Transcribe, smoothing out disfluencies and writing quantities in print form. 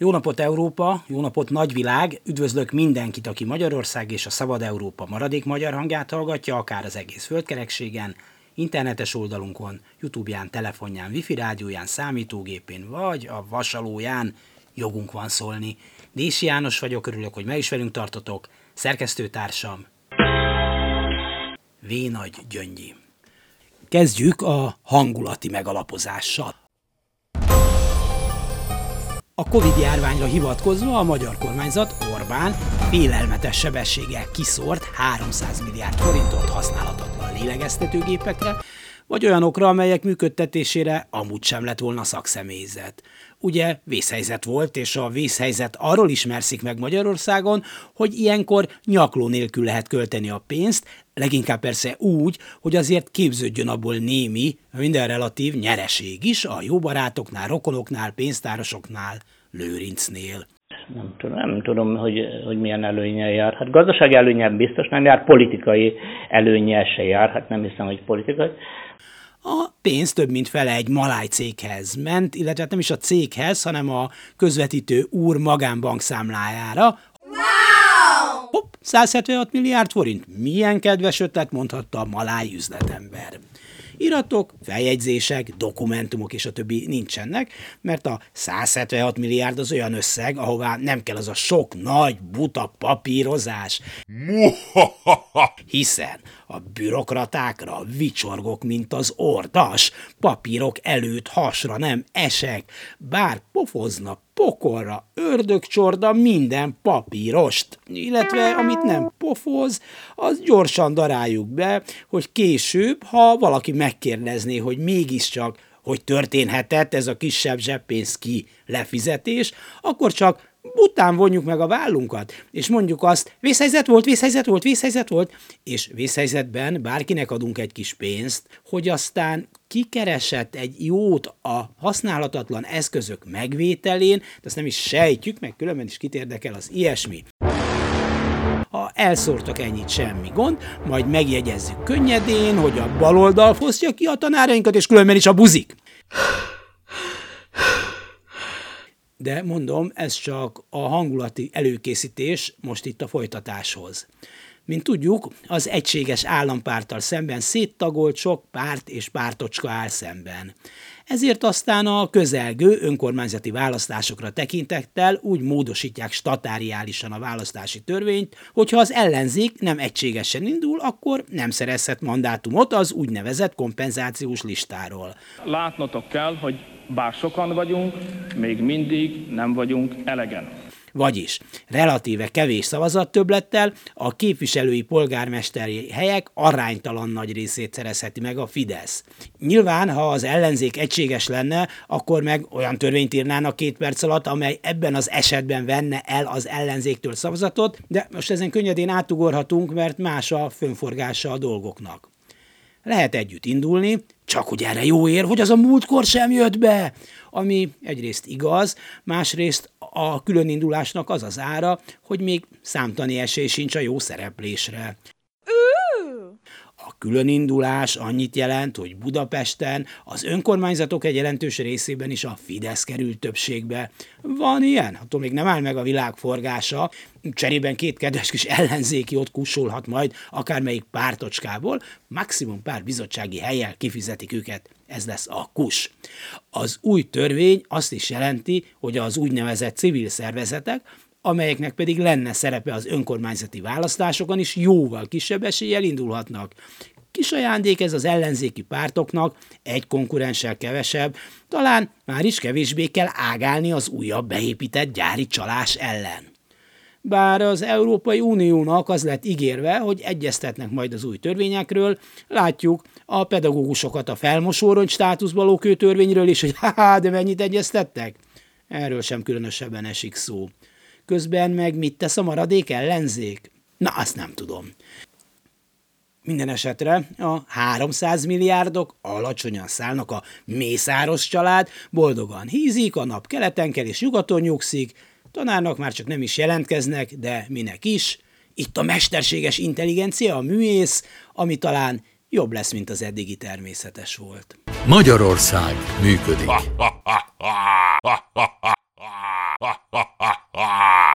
Jó napot Európa, jó napot nagyvilág, üdvözlök mindenkit, aki Magyarország és a Szabad Európa maradék magyar hangját hallgatja, akár az egész földkerekségen, internetes oldalunkon, YouTube-ján, telefonján, wifi rádióján, számítógépén vagy a vasalóján. Jogunk van szólni. Dési János vagyok, örülök, hogy meg is velünk tartotok. Szerkesztőtársam V. Nagy Gyöngyi. Kezdjük a hangulati megalapozással. A Covid-járványra hivatkozva a magyar kormányzat, Orbán félelmetes sebességgel kiszórt 300 milliárd forintot használhatatlan lélegeztetőgépekre, vagy olyanokra, amelyek működtetésére amúgy sem lett volna szakszemélyzet. Ugye vészhelyzet volt, és a vészhelyzet arról ismerszik meg Magyarországon, hogy ilyenkor nyakló nélkül lehet költeni a pénzt, leginkább persze úgy, hogy azért képződjön abból némi, minden relatív nyereség is a jó barátoknál, rokonoknál, pénztárosoknál, Lőrincnél. Nem tudom, hogy milyen előnnyel jár. Hát gazdasági előnnyel biztos nem jár, politikai előnnyel se jár, hát nem hiszem, hogy politikai. A pénz több mint fele egy maláj céghez ment, illetve nem is a céghez, hanem a közvetítő úr magánbankszámlájára. Wow! Hopp, 176 milliárd forint. Milyen kedves ötlet, mondhatta a maláj üzletember. Iratok, feljegyzések, dokumentumok és a többi nincsenek, mert a 176 milliárd az olyan összeg, ahová nem kell az a sok nagy, buta papírozás. Hiszen a bürokratákra vicsorgok, mint az ordas, papírok előtt hasra nem esek, bár pofozna pokolra, ördögcsorda minden papírost, illetve amit nem pofoz, az gyorsan daráljuk be, hogy később, ha valaki megkérdezné, hogy mégiscsak, hogy történhetett ez a kisebb zseppénz ki lefizetés, akkor csak után vonjuk meg a vállunkat, és mondjuk azt, vészhelyzet volt, és vészhelyzetben bárkinek adunk egy kis pénzt, hogy aztán kikeresett egy jót a használhatatlan eszközök megvételén, de azt nem is sejtjük, meg különben is kit érdekel az ilyesmi. Ha elszórtak ennyit, semmi gond, majd megjegyezzük könnyedén, hogy a baloldal fosztja ki a tanárainkat, és különben is a buzik. De mondom, ez csak a hangulati előkészítés most itt a folytatáshoz. Mint tudjuk, az egységes állampárttal szemben széttagolt sok párt és pártocska áll szemben. Ezért aztán a közelgő önkormányzati választásokra tekintettel úgy módosítják statáriálisan a választási törvényt, hogyha az ellenzék nem egységesen indul, akkor nem szerezhet mandátumot az úgynevezett kompenzációs listáról. Látnotok kell, hogy bár sokan vagyunk, még mindig nem vagyunk elegen. Vagyis relatíve kevés szavazattöbblettel a képviselői polgármesteri helyek aránytalan nagy részét szerezheti meg a Fidesz. Nyilván, ha az ellenzék egységes lenne, akkor meg olyan törvényt írnának 2 perc alatt, amely ebben az esetben venne el az ellenzéktől szavazatot, de most ezen könnyedén átugorhatunk, mert más a fönforgása a dolgoknak. Lehet együtt indulni, csak hogy erre jó ér, hogy az a múltkor sem jött be, ami egyrészt igaz, másrészt a különindulásnak az az ára, hogy még számtani esély sincs a jó szereplésre. A különindulás annyit jelent, hogy Budapesten az önkormányzatok egy jelentős részében is a Fidesz került többségbe. Van ilyen? Attól még nem áll meg a világ forgása. Cserében 2 kedves kis ellenzéki ott kussolhat majd akármelyik pártocskából, maximum pár bizottsági hellyel kifizetik őket. Ez lesz a kus. Az új törvény azt is jelenti, hogy az úgynevezett civil szervezetek, amelyeknek pedig lenne szerepe az önkormányzati választásokon is, jóval kisebb eséllyel indulhatnak. Kis ajándék ez az ellenzéki pártoknak, egy konkurenssel kevesebb, talán már is kevésbé kell ágálni az újabb beépített gyári csalás ellen. Bár az Európai Uniónak az lett ígérve, hogy egyeztetnek majd az új törvényekről, látjuk a pedagógusokat a felmosórongy státuszba lókő törvényről is, hogy de mennyit egyeztettek? Erről sem különösebben esik szó. Közben meg mit tesz a maradék ellenzék? Na, azt nem tudom. Minden esetre a 300 milliárdok alacsonyan szállnak, a Mészáros család boldogan hízik, a nap keleten kell és nyugaton nyugszik, tanárnak már csak nem is jelentkeznek, de minek is. Itt a mesterséges intelligencia, a műész, ami talán jobb lesz, mint az eddigi természetes volt. Magyarország működik. ha ha ha ha!